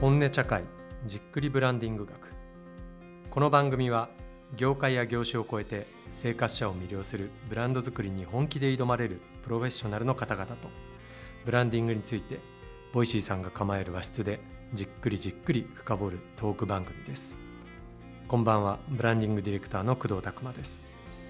本音茶会じっくりブランディング学。この番組は業界や業種を超えて生活者を魅了するブランド作りに本気で挑まれるプロフェッショナルの方々とブランディングについてボイシーさんが構える和室でじっくり深掘るトーク番組です。こんばんは、ブランディングディレクターの工藤拓馬です。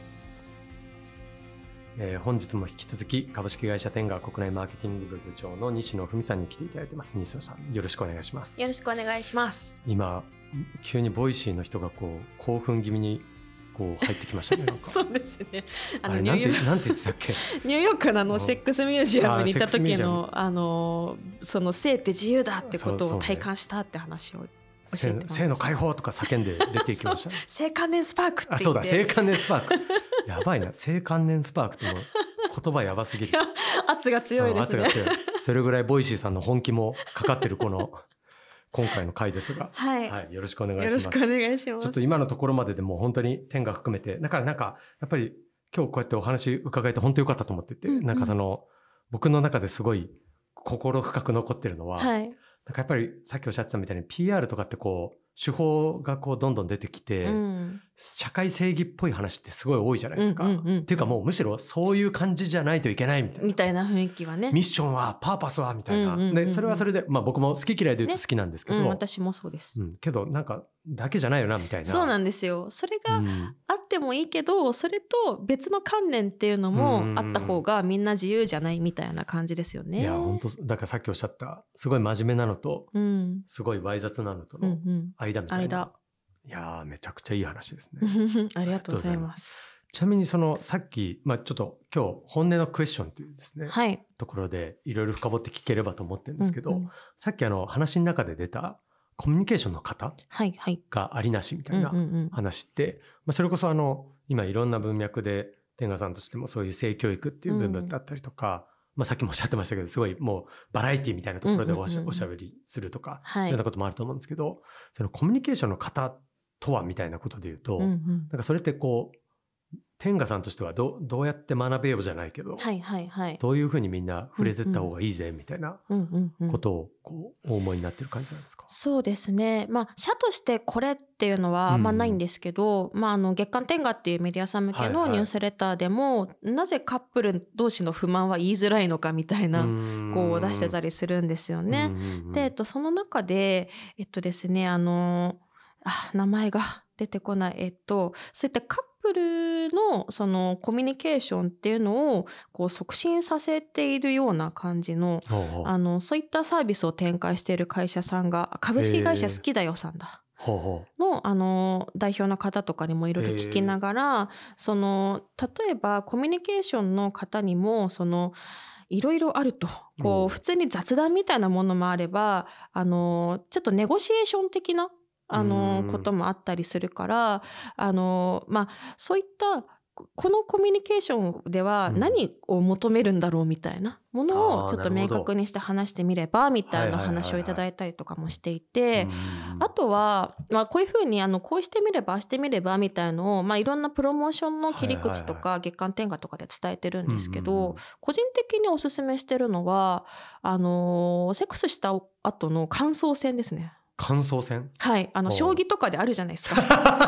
本日も引き続き株式会社テンガー国内マーケティング部部長の西野文さんに来ていただいてます。西野さん、よろしくお願いします。 よろしくお願いします。 今急にボイシーの人がこう興奮気味にこう入ってきましたね。なんかそうですね。 あれなんて言ってたっけニューヨークのセックスミュージアムに行った時のその性って自由だってことを体感したって話を教えてます。 性の解放とか叫んで出ていきましたね。 性関連スパークって言って。 そうだ、性関連スパークやばいな、性関連スパークってもう言葉やばすぎる。 圧が強いですね。 圧が強い。それぐらいボイシーさんの本気もかかってるこの今回の回ですが、 はいよろしくお願いします。 よろしくお願いします。 ちょっと今のところまででも本当に点が含めて、だからなんかやっぱり今日こうやってお話伺えて本当に良かったと思ってて、なんかその僕の中ですごい心深く残ってるのは、なんかやっぱりさっきおっしゃってたみたいに PR とかってこう手法がこうどんどん出てきて、社会正義っぽい話ってすごい多いじゃないですか。っていうかもうむしろそういう感じじゃないといけないみたいな雰囲気はね。 ミッションはパーパスはみたいな。でそれはそれで、まあ僕も好き嫌いで言うと好きなんですけど、 私もそうです。 けどなんかだけじゃないよなみたいな。 そうなんですよ。それがあってもいいけど、それと別の観念っていうのもあった方がみんな自由じゃないみたいな感じですよね。 いや本当だからさっきおっしゃったすごい真面目なのと、すごいわい雑なのとの間みたいな。いやめちゃくちゃいい話ですね。 ありがとうございます。 ちなみにそのさっき、ちょっと今日本音のクエスチョンというですね、ところでいろいろ深掘って聞ければと思ってるんですけど、さっき話の中で出たコミュニケーションの型がありなしみたいな話って、それこそ今いろんな文脈で天賀さんとしてもそういう性教育っていう部分だったりとか、さっきもおっしゃってましたけどすごいもうバラエティみたいなところでおしゃべりするとか、いろんなこともあると思うんですけど、そのコミュニケーションの型とはみたいなことで言うと、なんかそれってこう天賀さんとしてはどうやって学べようじゃないけど、どういうふうにみんな触れてった方がいいぜみたいなことをこうお思いになってる感じなんですか？ そうですね。社としてこれっていうのはあんまないんですけど、月刊天賀っていうメディアさん向けのニュースレターでも、なぜカップル同士の不満は言いづらいのかみたいなこう出してたりするんですよね。で、その中でですね、名前が出てこない。そういったカップルのそのコミュニケーションっていうのをこう促進させているような感じの、そういったサービスを展開している会社さんが、株式会社好きだよさんだ。の代表の方とかにもいろいろ聞きながら、例えばコミュニケーションの方にもいろいろあると、こう普通に雑談みたいなものもあれば、ちょっとネゴシエーション的なこともあったりするから、そういったこのコミュニケーションでは何を求めるんだろうみたいなものをちょっと明確にして話してみればみたいな話をいただいたりとかもしていて、あとは、こういうふうにこうしてみればしてみればみたいのを、いろんなプロモーションの切り口とか月刊天賀とかで伝えてるんですけど、個人的におすすめしてるのはセックスした後の感想戦ですね。 感想戦？ 将棋とかであるじゃないですか。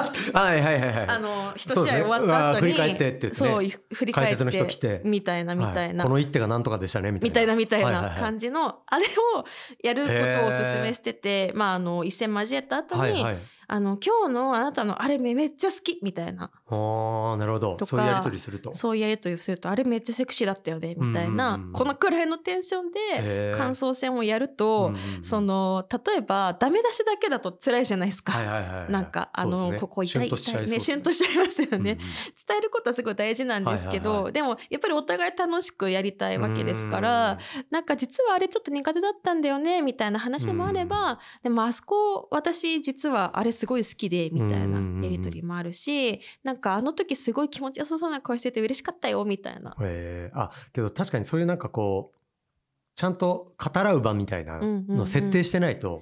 一試合終わった後に、 振り返ってって言ってね、 振り返って解説の人来てみたいな、 この一手が何とかでしたねみたいな感じのあれをやることをおすすめしてて、一戦交えた後に、今日のあなたのあれめっちゃ好きみたいな。 なるほど。そういうやり取りすると。 そういうやり取りすると、あれめっちゃセクシーだったよねみたいな、このくらいのテンションで感想戦をやると、例えばダメ出しだけだと辛いじゃないですか。なんかここ痛いね、シュンとしちゃいますよね。伝えることはすごい大事なんですけど、でもやっぱりお互い楽しくやりたいわけですから、なんか実はあれちょっと苦手だったんだよねみたいな話もあれば、でもあそこ私実はあれすごい好きでみたいなやり取りもあるし、なんかあの時すごい気持ちよさそうな顔してて嬉しかったよみたいな。 けど確かにそういうなんかこうちゃんと語らう場みたいなの設定してないと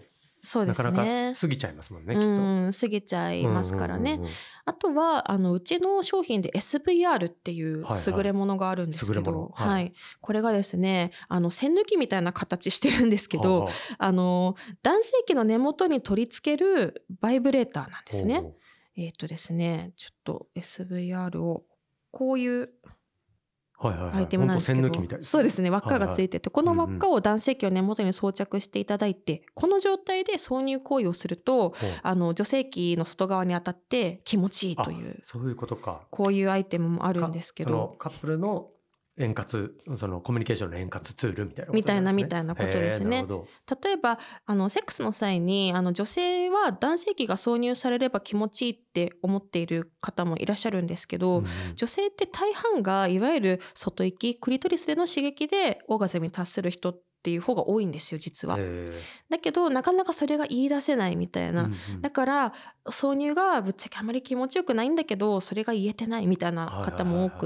そうですね、 なかなか過ぎちゃいますもんね、きっと。 過ぎちゃいますからね。あとはうちの商品で SVR っていう優れものがあるんですけど、はい、これがですね栓抜きみたいな形してるんですけど、男性器の根元に取り付けるバイブレーターなんですね。ですね、ちょっと SVR をこういうアイテムなんですけど、そうですね、輪っかがついてて、この輪っかを男性器を根元に装着していただいて、この状態で挿入行為をすると女性器の外側に当たって気持ちいいという、 そういうことか。 こういうアイテムもあるんですけど、 そのカップルの円滑、そのコミュニケーションの円滑ツールみたいなことですね。 みたいなことですね。例えばセックスの際に女性は男性器が挿入されれば気持ちいいって思っている方もいらっしゃるんですけど、女性って大半がいわゆる外行きクリトリスでの刺激でオーガズムに達する人っていう方が多いんですよ、実は。だけどなかなかそれが言い出せないみたいな、だから挿入がぶっちゃけあまり気持ちよくないんだけどそれが言えてないみたいな方も多くって、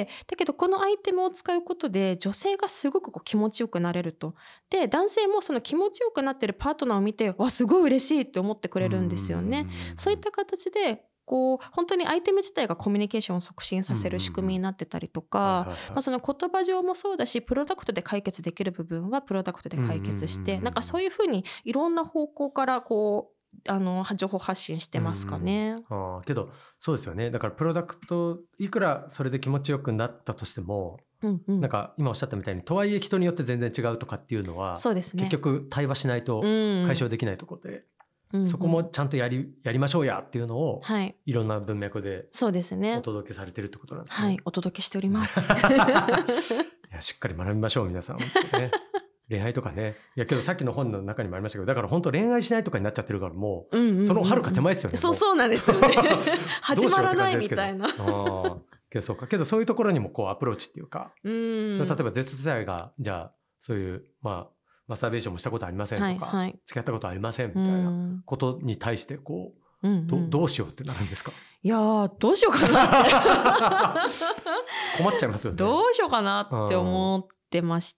だけどこのアイテムを使うことで女性がすごく気持ちよくなれると。で男性もその気持ちよくなってるパートナーを見てわすごい嬉しいって思ってくれるんですよね。そういった形で本当にアイテム自体がコミュニケーションを促進させる仕組みになってたりとか、その言葉上もそうだしプロダクトで解決できる部分はプロダクトで解決して、なんかそういうふうにいろんな方向から情報発信してますかね。 けどそうですよね。だからプロダクトいくらそれで気持ちよくなったとしても、なんか今おっしゃったみたいにとはいえ人によって全然違うとかっていうのは、そうですね、結局対話しないと解消できないところで、そこもちゃんとやりましょうやっていうのを、いろんな文脈でお届けされてるってことなんですね。 はい、お届けしております。 いやしっかり学びましょう皆さん、ね、恋愛とかね。いやけどさっきの本の中にもありましたけど、だから本当恋愛しないとかになっちゃってるからもう、その遥か手前ですよね。 そうなんですよね。始まらないみたいな。 けどそういうところにもアプローチっていうか、それ例えば Z 世代がじゃあそういうマスターベーションもしたことありませんとか、付き合ったことありませんみたいなことに対してどうしようってなるんですか？ いやどうしようかなって困っちゃいますよね。 どうしようかなって思ってまして、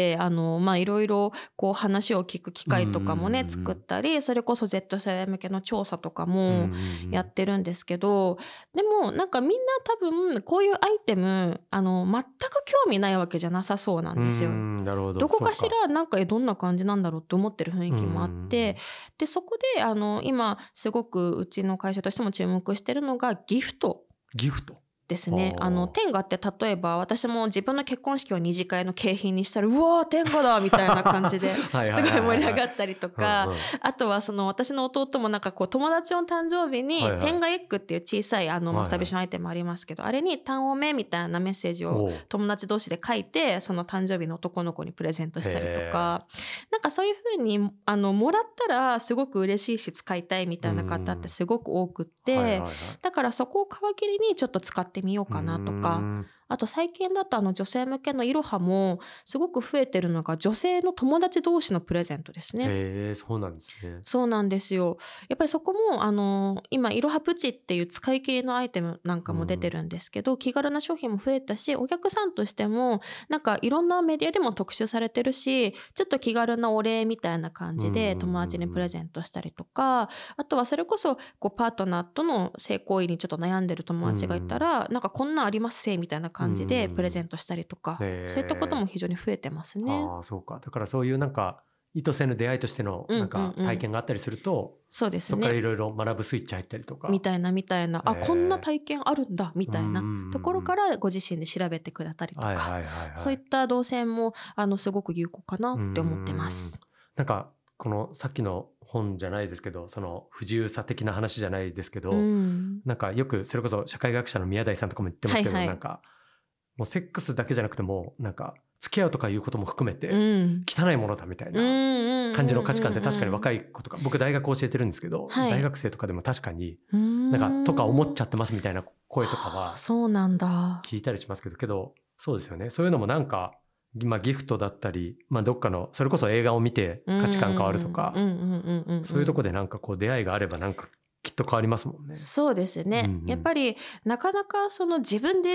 いろいろ話を聞く機会とかもね作ったり、それこそ Z 世代向けの調査とかもやってるんですけど、でもなんかみんな多分こういうアイテム全く興味ないわけじゃなさそうなんですよ。 なるほど。 どこかしらなんかどんな感じなんだろうって思ってる雰囲気もあって、でそこで今すごくうちの会社としても注目してるのがギフトですね。天下って例えば私も自分の結婚式を二次会の景品にしたらうわー天下だみたいな感じですごい盛り上がったりとか、あとは私の弟もなんか友達の誕生日に天下エッグっていう小さいマスターベーションアイテムありますけど、あれに単おめみたいなメッセージを友達同士で書いてその誕生日の男の子にプレゼントしたりとか、なんかそういう風にもらったらすごく嬉しいし使いたいみたいな方ってすごく多くって、だからそこを皮切りにちょっと使ってみようかなとか、あと最近だと女性向けのいろはもすごく増えてるのが女性の友達同士のプレゼントですね。 そうなんですね。 そうなんですよ。やっぱりそこも今いろはプチっていう使い切りのアイテムなんかも出てるんですけど、気軽な商品も増えたし、お客さんとしてもなんかいろんなメディアでも特集されてるし、ちょっと気軽なお礼みたいな感じで友達にプレゼントしたりとか、あとはそれこそパートナーとの性行為にちょっと悩んでる友達がいたら、なんかこんなんありますせみたいな感じでプレゼントしたりとか、そういったことも非常に増えてますね。 そうか。だからそういうなんか意図せぬ出会いとしてのなんか体験があったりすると、 そうですね、 そこからいろいろ学ぶスイッチ入ったりとかみたいなこんな体験あるんだみたいなところからご自身で調べてくれたりとか、そういった動線もすごく有効かなって思ってます。 なんかこのさっきの本じゃないですけど、その不自由さ的な話じゃないですけど、なんかよくそれこそ社会学者の宮台さんとかも言ってますけど、なんかもうセックスだけじゃなくてもなんか付き合うとかいうことも含めて汚いものだみたいな感じの価値観って確かに若い子とか、僕大学教えてるんですけど、大学生とかでも確かになんかとか思っちゃってますみたいな声とかは聞いたりしますけど、そうですよね。そういうのもなんかギフトだったり、どっかのそれこそ映画を見て価値観変わるとか、そういうとこでなんか出会いがあればなんかきっと変わりますもんね。 そうですね、やっぱりなかなか自分で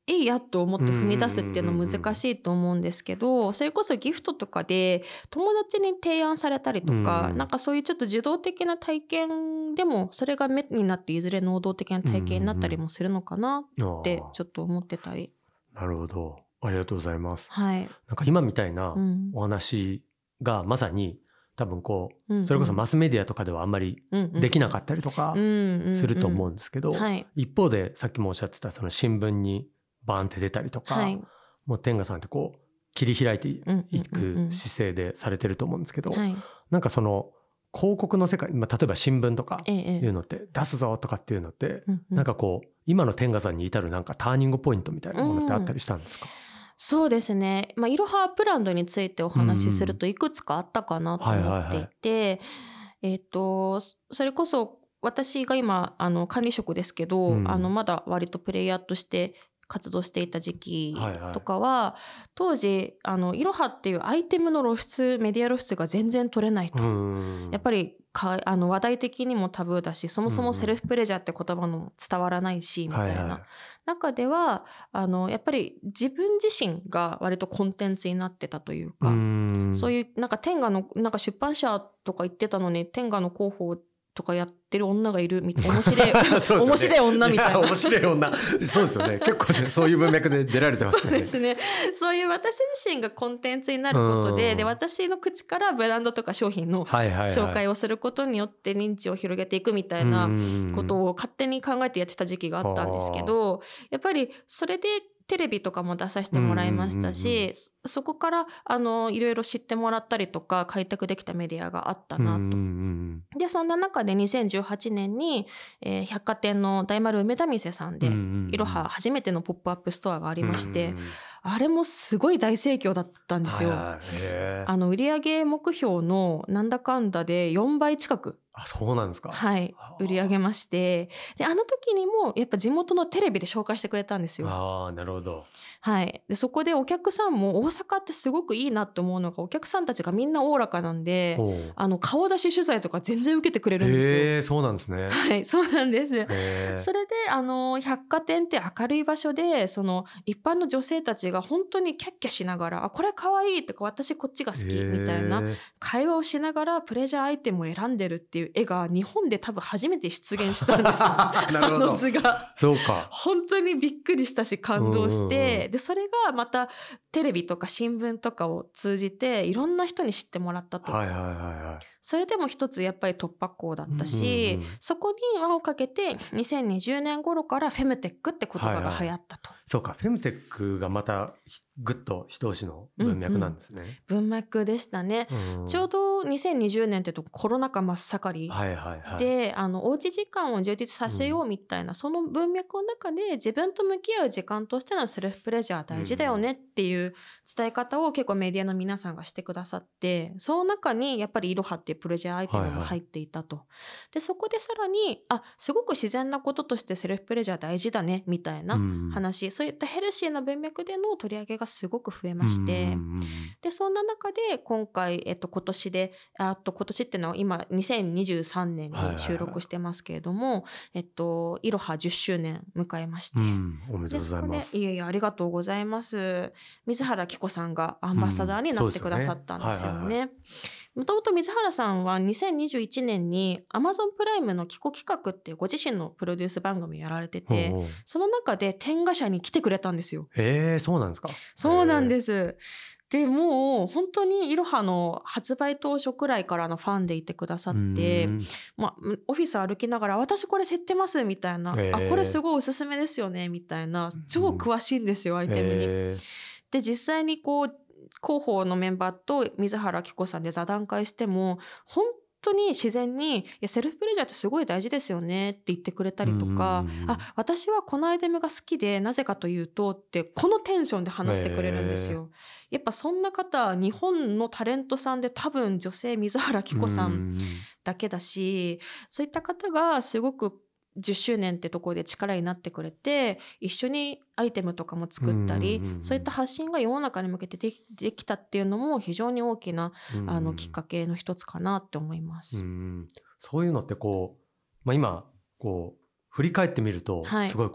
いいやと思って踏み出すっていうのは難しいと思うんですけど、それこそギフトとかで友達に提案されたりとか、なんかそういうちょっと受動的な体験でもそれが目になっていずれ能動的な体験になったりもするのかなってちょっと思ってたり。 なるほど、ありがとうございます。 はい、 なんか今みたいなお話がまさに多分こうそれこそマスメディアとかではあんまりできなかったりとかすると思うんですけど、一方でさっきもおっしゃってたその新聞にバーンって出たりとか、はい、もう天賀さんってこう切り開いていく姿勢でされてると思うんですけど、なんかその広告の世界、例えば新聞とかいうのって出すぞとかっていうのって、なんかこう今の天賀さんに至るなんかターニングポイントみたいなものってあったりしたんですか？ そうですね、いろはブランドについてお話しするといくつかあったかなと思っていて、それこそ私が今管理職ですけど、まだ割とプレイヤーとして活動していた時期とかは、当時いろはっていうアイテムの露出、メディア露出が全然取れないと、やっぱり話題的にもタブーだし、そもそもセルフプレジャーって言葉も伝わらないしみたいな中ではやっぱり自分自身が割とコンテンツになってたというか、そういうなんか天賀のなんか出版社とか言ってたのに天賀の広報とかやってる女がいるみたいな、面白い面白い女みたいな、 面白い女、そうですよね、結構ねそういう文脈で出られてましたね。 そうですね、そういう私自身がコンテンツになることで、私の口からブランドとか商品の紹介をすることによって認知を広げていくみたいなことを勝手に考えてやってた時期があったんですけど、やっぱりそれでテレビとかも出させてもらいましたし、そこからいろいろ知ってもらったりとか開拓できたメディアがあったなと。でそんな中で2018年に、百貨店の大丸梅田店さんでいろは初めてのポップアップストアがありまして、あれもすごい大盛況だったんですよ。売上目標のなんだかんだで4倍近く、 そうなんですか。 はい、売り上げまして、で時にもやっぱ地元のテレビで紹介してくれたんですよ。 なるほど。 はい、でそこでお客さんも大阪ってすごくいいなと思うのが、お客さんたちがみんなおおらかなんで、顔出し取材とか全然受けてくれるんですよ。 そうなんですね。 はい、そうなんです。それで百貨店って明るい場所で、その一般の女性たちが本当にキャッキャしながら、これ可愛いとか私こっちが好きみたいな会話をしながらプレジャーアイテムを選んでるっていう絵が日本で多分初めて出現したんですよ。 なるほど。 図がそうか。 本当にびっくりしたし感動して、でそれがまたテレビとか新聞とかを通じていろんな人に知ってもらったと。それでも一つやっぱり突破口だったし、そこに輪をかけて2020年頃からフェムテックって言葉が流行ったと。 そうか、フェムテックがまたぐっと一押しの文脈なんですね。 文脈でしたね。ちょうど2020年ってとコロナ禍真っ盛りで、おうち時間を充実させようみたいな、その文脈の中で自分と向き合う時間としてのセルフプレジャー大事だよねっていう伝え方を結構メディアの皆さんがしてくださって、その中にやっぱりいろはっていうプレジャーアイテムも入っていたと。でそこでさらにすごく自然なこととしてセルフプレジャー大事だねみたいな話、そういったヘルシーな文脈での取り上げがすごく増えまして、でそんな中で今回、今年で今年っていうのは今2023年に収録してますけれども、いろは10周年迎えまして、 おめでとうございます。 いえいえ、ありがとうございます。水原希子さんがアンバサダーになってくださったんですよね。もともと水原さんは2021年に Amazon プライムのキコ企画っていうご自身のプロデュース番組をやられてて、その中で天賀社に来てくれたんですよ。 そうなんですか。 そうなんです。でもう本当にいろはの発売当初くらいからのファンでいてくださって、オフィス歩きながら私これ知ってますみたいな、これすごいおすすめですよねみたいな、超詳しいんですよアイテムに。で実際にこう広報のメンバーと水原希子さんで座談会しても本当に自然にセルフプレジャーってすごい大事ですよねって言ってくれたりとか、私はこのアイテムが好きでなぜかというとってこのテンションで話してくれるんですよ。やっぱそんな方日本のタレントさんで多分女性水原希子さんだけだし、そういった方がすごく10周年ってところで力になってくれて、一緒にアイテムとかも作ったり、そういった発信が世の中に向けてできたっていうのも非常に大きなきっかけの一つかなって思います。 そういうのってこう、今こう振り返ってみると、すごいこう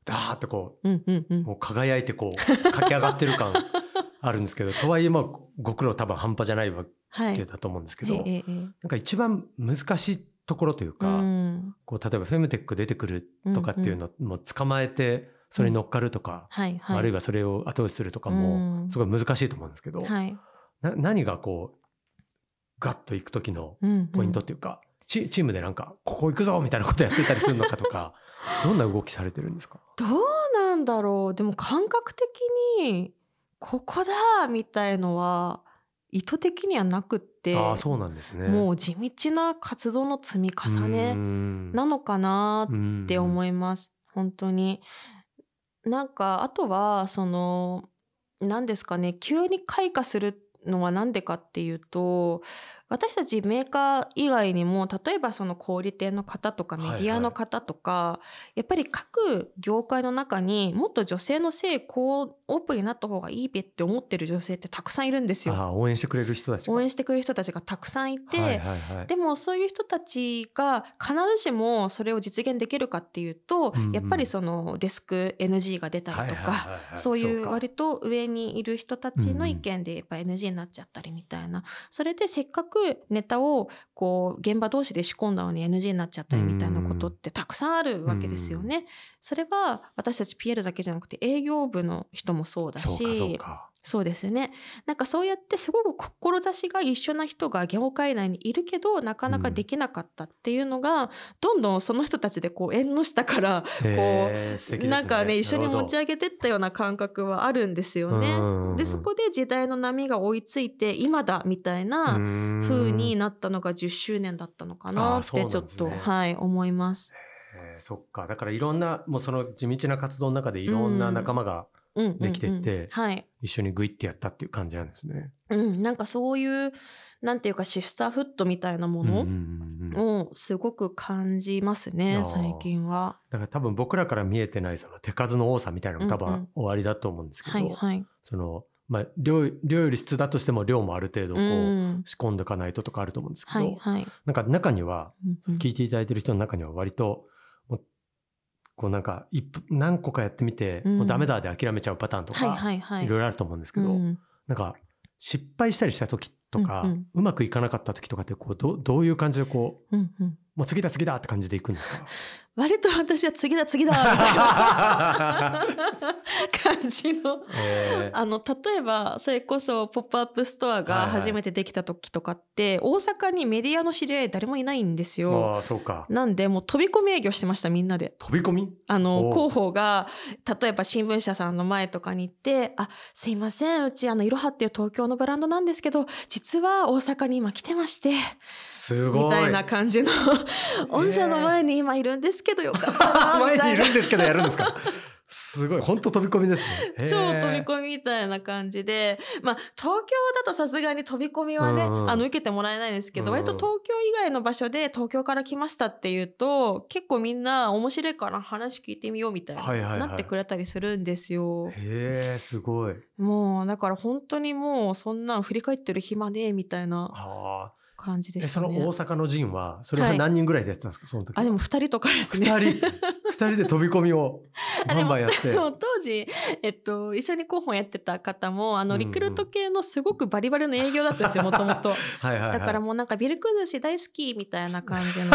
ガーってこう、もう輝いてこう駆け上がってる感あるんですけどとはいえまあご苦労多分半端じゃないわけだと思うんですけど、なんか一番難しいところというか、こう例えばフェムテック出てくるとかっていうのも捕まえてそれに乗っかるとか、あるいはそれを後押しするとかもすごい難しいと思うんですけど、何がこうガッといく時のポイントっていうか、チームでなんかここ行くぞみたいなことやってたりするのかとかどんな動きされてるんですか？ どうなんだろう。でも感覚的にここだみたいのは意図的にはなくって、 そうなんですね。 もう地道な活動の積み重ねなのかなって思います。本当に。なんかあとはその何ですかね、急に開花するのは何でかっていうと、私たちメーカー以外にも例えばその小売店の方とかメディアの方とか、やっぱり各業界の中にもっと女性の性こうオープンになった方がいいべって思ってる女性ってたくさんいるんですよ。 応援してくれる人たちがたくさんいて、でもそういう人たちが必ずしもそれを実現できるかっていうと、やっぱりそのデスク NG が出たりとか、そういう割と上にいる人たちの意見でやっぱ NG になっちゃったりみたいな、それでせっかくネタをこう現場同士で仕込んだのに NG になっちゃったりみたいなことってたくさんあるわけですよね。それは私たち PL だけじゃなくて営業部の人もそうだし、そうですね。なんかそうやってすごく志が一緒な人が業界内にいるけどなかなかできなかったっていうのが、どんどんその人たちでこう縁の下からこうなんかね一緒に持ち上げてったような感覚はあるんですよね。でそこで時代の波が追いついて今だみたいな風になったのが10周年だったのかなってちょっと、思います。 そっか。だからいろんなもうその地道な活動の中でいろんな仲間ができてって、一緒にグイってやったっていう感じなんですね。 なんかそういうなんていうかシスターフットみたいなものをすごく感じますね、最近は。 だから多分僕らから見えてないその手数の多さみたいなのも多分終わりだと思うんですけど、そのまあ、量より質だとしても量もある程度こう仕込んでおかないととかあると思うんですけど、なんか中には聞いていただいてる人の中には割とこうなんか何個かやってみてもうダメだで諦めちゃうパターンとかいろいろあると思うんですけど、なんか失敗したりした時とかうまくいかなかった時とかってこうどういう感じでこうもう次だって感じでいくんですか？ 割と私は次だみたいな感じの、例えばそれこそポップアップストアが初めてできた時とかって、大阪にメディアの知り合い誰もいないんですよ。 そうか。 なんでもう飛び込み営業してました、みんなで。 飛び込み？ 広報が例えば新聞社さんの前とかに行って、すいません、うちいろはっていう東京のブランドなんですけど実は大阪に今来てまして、 すごいみたいな感じの御社の前に今いるんですけどよかったなみたいな前にいるんですけどやるんですか？すごい本当飛び込みですね。 超飛び込みみたいな感じで、東京だとさすがに飛び込みはね、受けてもらえないんですけど、割と東京以外の場所で東京から来ましたっていうと結構みんな面白いから話聞いてみようみたいな、なってくれたりするんですよ。 すごい。 もうだから本当にもうそんなん振り返ってる暇ねみたいな感じでしたね。 その大阪の陣はそれは何人ぐらいでやってたんですか、その時は？ でも2人とかですね。 2人で飛び込みをバンバンやって。 でも当時、一緒に広報やってた方もリクルート系のすごくバリバリの営業だったんですよ、もともと。だからもうなんかビル崩し大好きみたいな感じの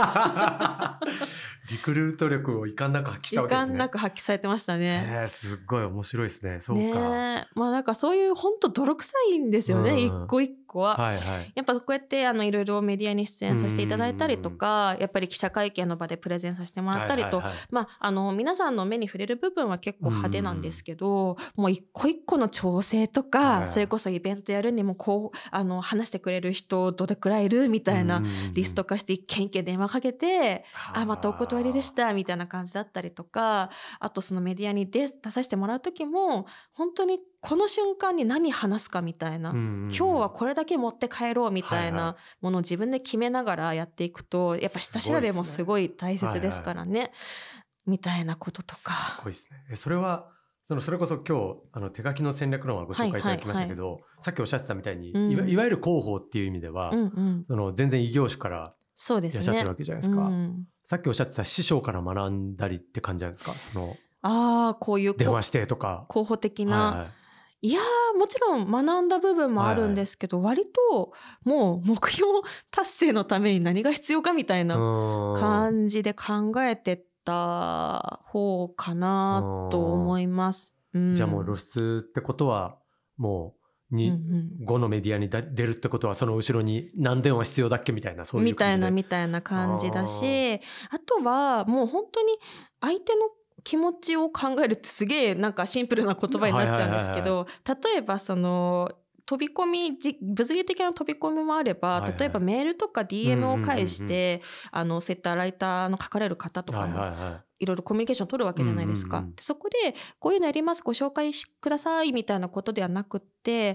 リクルート力を遺憾なく発揮したわけですね。 遺憾なく発揮されてましたね。 すごい面白いですね。そうか。 ね、なんかそういう本当泥臭いんですよね、一個一個は。やっぱこうやっていろいろメディアに出演させていただいたりとか、やっぱり記者会見の場でプレゼンさせてもらったりと、皆さんの目に触れる部分は結構派手なんですけど、もう一個一個の調整とか、それこそイベントやるにもこう話してくれる人どれくらいいるみたいなリスト化して一件一件電話かけて、またお断りでしたみたいな感じだったりとか、あとそのメディアに出させてもらう時も本当にこの瞬間に何話すかみたいな、今日はこれだけ持って帰ろうみたいなものを自分で決めながらやっていくと、やっぱ下調べもすごい大切ですからね、みたいなこととか。すごいですね。それはそれこそ今日手書きの戦略論はご紹介いただきましたけど、さっきおっしゃってたみたいに、いわゆる広報っていう意味では、全然異業種からいらっしゃってるわけじゃないですか。さっきおっしゃってた師匠から学んだりって感じなんですか？ こういう電話してとか候補的な、いやもちろん学んだ部分もあるんですけど、割ともう目標達成のために何が必要かみたいな感じで考えてった方かなと思います。 じゃあもう露出ってことはもう5のメディアに出るってことはその後ろに何電話必要だっけみたいな、そういう感じでみたいな感じだし、あとはもう本当に相手の気持ちを考えるってすげえなんかシンプルな言葉になっちゃうんですけど、例えばその飛び込み物理的な飛び込みもあれば、例えばメールとか DM を介してそういったライターの書かれる方とかもいろいろコミュニケーション取るわけじゃないですか。そこでこういうのやります、ご紹介くださいみたいなことではなくって、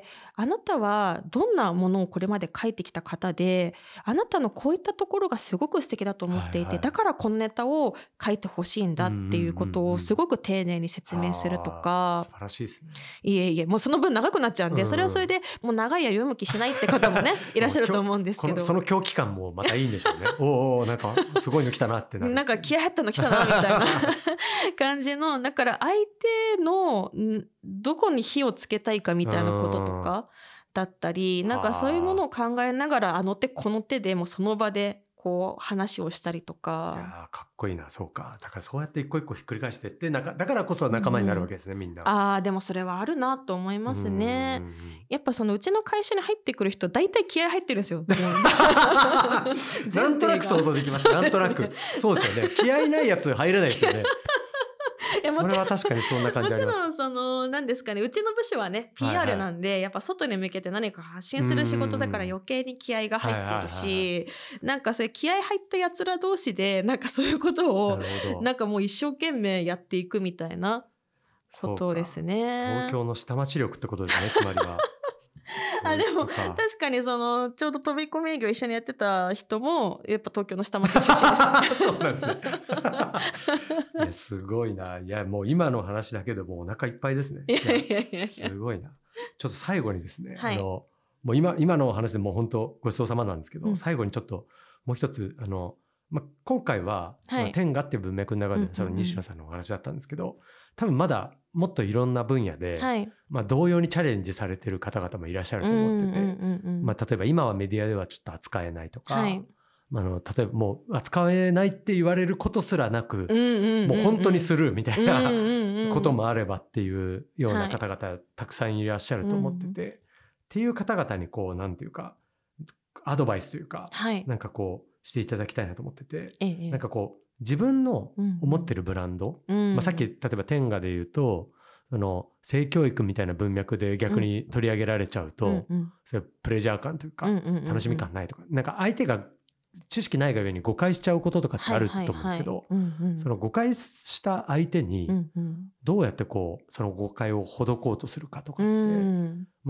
あなたはどんなものをこれまで書いてきた方で、あなたのこういったところがすごく素敵だと思っていて、だからこのネタを書いてほしいんだっていうことをすごく丁寧に説明するとか。 素晴らしいですね。 いえもうその分長くなっちゃうんで、それはそれでもう長いや読む気しないって方もねいらっしゃると思うんですけど、 その狂気感もまたいいんでしょうね。おなんかすごいの来たなってなんか気合入ったの来たなみたいな感じの、だから相手のどこに火をつけたいかみたいなこととかだったり、なんかそういうものを考えながらあの手この手でもうその場でこう話をしたりとか。 いやかっこいいな。そうか、だからそうやって一個一個ひっくり返していって、だからこそ仲間になるわけですね、みんな。 でもそれはあるなと思いますね。やっぱそのうちの会社に入ってくる人大体気合入ってるんですよ。 なんとなく想像できます。なんとなくそうですよね。気合ないやつ入れないですよね。それは確かにそんな感じあります。 もちろんその何ですかね、うちの部署はね PR なんで、やっぱ外に向けて何か発信する仕事だから余計に気合が入ってるし、なんかそういう気合入ったやつら同士でなんかそういうことをなんかもう一生懸命やっていくみたいなことですね。 東京の下町力ってことですね、つまりは。 でも確かにそのちょうど飛び込み営業一緒にやってた人もやっぱ東京の下町出身でしたね。 そうなんですね。いやすごいな。いやもう今の話だけでもうお腹いっぱいですね。すごいな。ちょっと最後にですね、もう今のお話でもう本当ごちそうさまなんですけど、最後にちょっともう一つ今回はその天下っていう文脈の中でその西野さんのお話だったんですけど、多分まだもっといろんな分野で、同様にチャレンジされてる方々もいらっしゃると思ってて、例えば今はメディアではちょっと扱えないとか、例えばもう扱えないって言われることすらなく、もう本当にするみたいなこともあればっていうような方々たくさんいらっしゃると思ってて、っていう方々にこうなんていうかアドバイスというか、なんかこうしていただきたいなと思ってて、なんかこう自分の思ってるブランド、さっき例えば天下で言うと性教育みたいな文脈で逆に取り上げられちゃうと、それプレジャー感というか楽しみ感ないとか、なんか相手が知識ないがゆえに誤解しちゃうこととかってあると思うんですけど、その誤解した相手にどうやってこうその誤解をほどこうとするかとかって、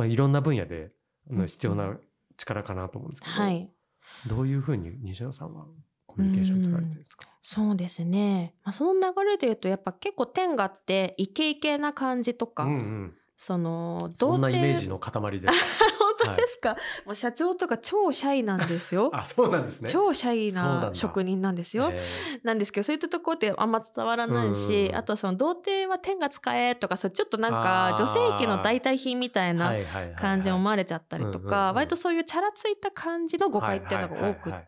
いろんな分野で必要な力かなと思うんですけど、どういうふうに西野さんはコミュニケーション取られてるんですか？ そうですね、その流れで言うとやっぱ結構天下ってイケイケな感じとか、そんなイメージの塊で本当ですか？もう社長とか超シャイなんですよ。 そうなんですね。 超シャイな職人なんですよ。なんですけどそういったところってあんま伝わらないし、あとはその童貞は天下使えとか、ちょっとなんか女性器の代替品みたいな感じに思われちゃったりとか、割とそういうチャラついた感じの誤解っていうのが多くって、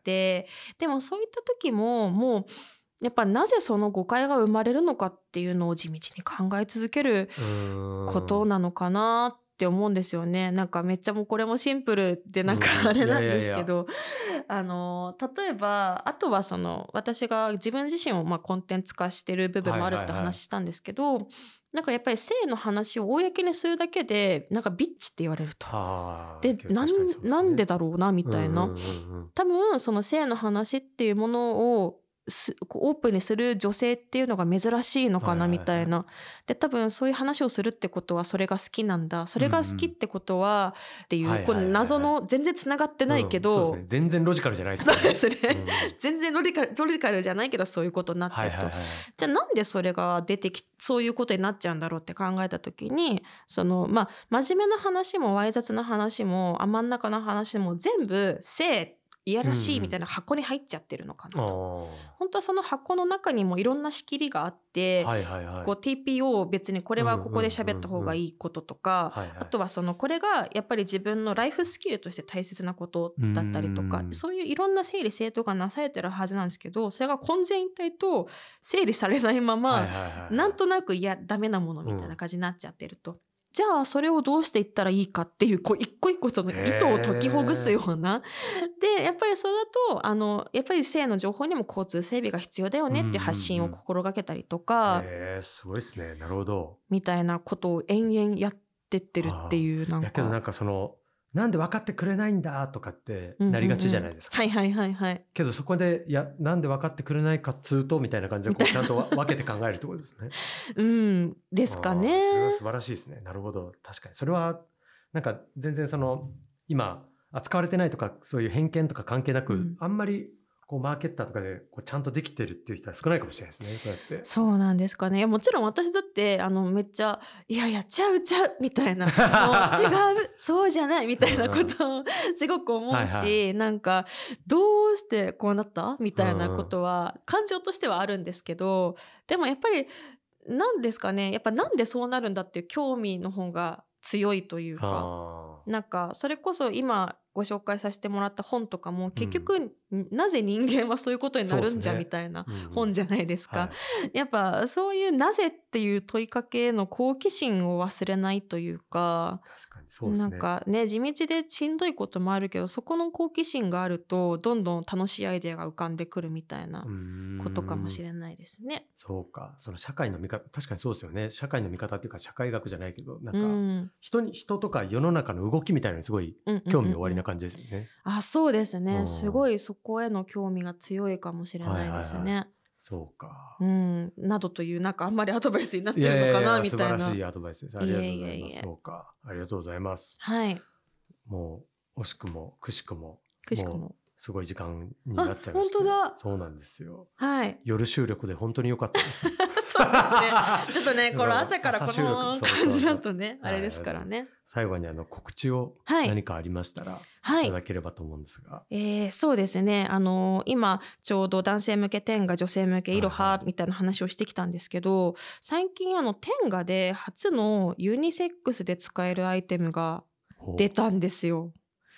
でもそういった時ももうやっぱなぜその誤解が生まれるのかっていうのを地道に考え続けることなのかなって思うんですよね。なんかめっちゃもうこれもシンプルでなんかあれなんですけど、例えばあとはその私が自分自身をコンテンツ化してる部分もあるって話したんですけど、なんかやっぱり性の話を公にするだけでなんかビッチって言われると。で、なんでだろうなみたいな。多分その性の話っていうものをオープンにする女性っていうのが珍しいのかなみたいな、で多分そういう話をするってことはそれが好きなんだ、それが好きってことはっていう、この謎の全然つながってないけど、 全然ロジカルじゃないですね。 そうですね、全然ロジカルじゃないけどそういうことになってると、じゃあなんでそれがそういうことになっちゃうんだろうって考えた時に、真面目な話もわい雑な話も甘ん中な話も全部性いやらしいみたいな箱に入っちゃってるのかなと、本当はその箱の中にもいろんな仕切りがあって、こう TPO を別にこれはここで喋った方がいいこととか、あとはこれがやっぱり自分のライフスキルとして大切なことだったりとか、そういういろんな整理整頓がなされてるはずなんですけど、それが混然一体と整理されないまま、なんとなくダメなものみたいな感じになっちゃってると、じゃあそれをどうしていったらいいかっていう、一個一個その糸を解きほぐすような、でやっぱりそれだとやっぱり性の情報にも交通整備が必要だよねっていう発信を心がけたりとか、 すごいですね。なるほど。 みたいなことを延々やってってるっていう、 やけどなんかなんで分かってくれないんだとかってなりがちじゃないですか。けどそこでなんで分かってくれないかっつうとみたいな感じでちゃんと分けて考えるってことですね。 ですかね。 それは素晴らしいですね。なるほど。確かにそれはなんか全然今扱われてないとかそういう偏見とか関係なく、あんまりマーケッターとかでちゃんとできてるっていう人は少ないかもしれないですね。そうやって。 そうなんですかね。もちろん私だってめっちゃいやいやちゃうみたいなもう違うそうじゃないみたいなことをすごく思うし、なんかどうしてこうなったみたいなことは感情としてはあるんですけど、でもやっぱりなんですかね、やっぱなんでそうなるんだっていう興味の方が強いというか、なんかそれこそ今ご紹介させてもらった本とかも結局、なぜ人間はそういうことになるんじゃみたいな本じゃないですか。やっぱそういうなぜっていう問いかけへの好奇心を忘れないというか、 確かにそうですね。 なんかね、地道でしんどいこともあるけど、そこの好奇心があるとどんどん楽しいアイデアが浮かんでくるみたいなことかもしれないですね。 そうか、その社会の見方、確かにそうですよね。社会の見方っていうか社会学じゃないけど、なんか人とか世の中の動きみたいなのにすごい興味おありな感じですよね。 そうですね。すごいそこへの興味が強いかもしれないですね。 そうか。 などというなんかあんまりアドバイスになってるのかなみたいな。 素晴らしいアドバイスです。ありがとうございます。そうか。ありがとうございます。もう惜しくもくしくもすごい時間になっちゃいました。 本当だ。 そうなんですよ。 夜収録で本当に良かったです。そうですね。ちょっとね、この朝からこの感じだとね、あれですからね。 最後に告知を何かありましたらいただければと思うんですが。 そうですね。今ちょうど男性向けテンガ、女性向けイロハみたいな話をしてきたんですけど、最近テンガで初のユニセックスで使えるアイテムが出たんですよ。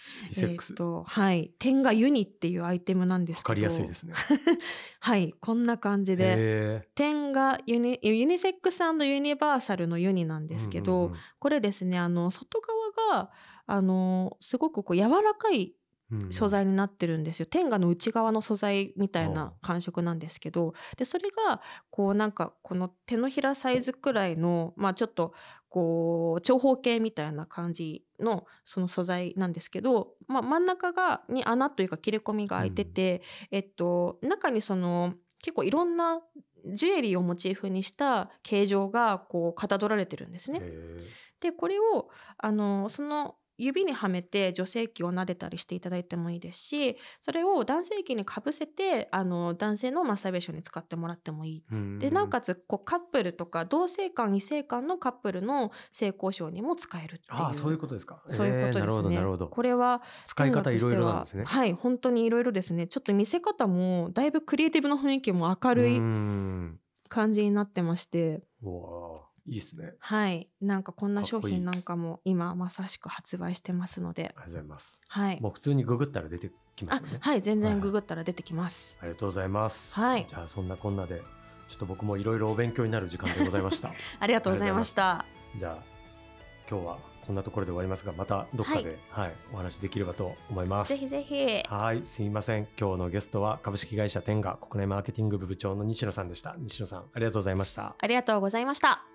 テンガユニっていうアイテムなんですけど、 わかりやすいですね。 こんな感じでテンガユニセックス&ユニバーサルのユニなんですけど、これですね、外側がすごく柔らかい素材になってるんですよ。テンガの内側の素材みたいな感触なんですけど、でそれがなんかこの手のひらサイズくらいの、ちょっと長方形みたいな感じのその素材なんですけど、真ん中に穴というか切れ込みが開いてて、中に結構いろんなジュエリーをモチーフにした形状がかたどられてるんですね。でこれをその指にはめて女性器を撫でたりしていただいてもいいですし、それを男性器にかぶせて男性のマスターベーションに使ってもらってもいい。でなおかつカップルとか同性間異性間のカップルの性交渉にも使えるっていう。 そういうことですか。 そういうことですね。これは使い方いろいろなんですね。 本当にいろいろですね。ちょっと見せ方もだいぶクリエイティブな雰囲気も明るい感じになってまして。 いいですね。 なんかこんな商品なんかも今まさしく発売してますので。 ありがとうございます。もう普通にググったら出てきますよね。 全然ググったら出てきます。 ありがとうございます。じゃあそんなこんなでちょっと僕もいろいろお勉強になる時間でございました。 ありがとうございました。 じゃあ今日はこんなところで終わりますが、またどっかで、お話できればと思います。 ぜひぜひ。 すみません。今日のゲストは株式会社テンガ国内マーケティング部部長の西野さんでした。西野さん、ありがとうございました。 ありがとうございました。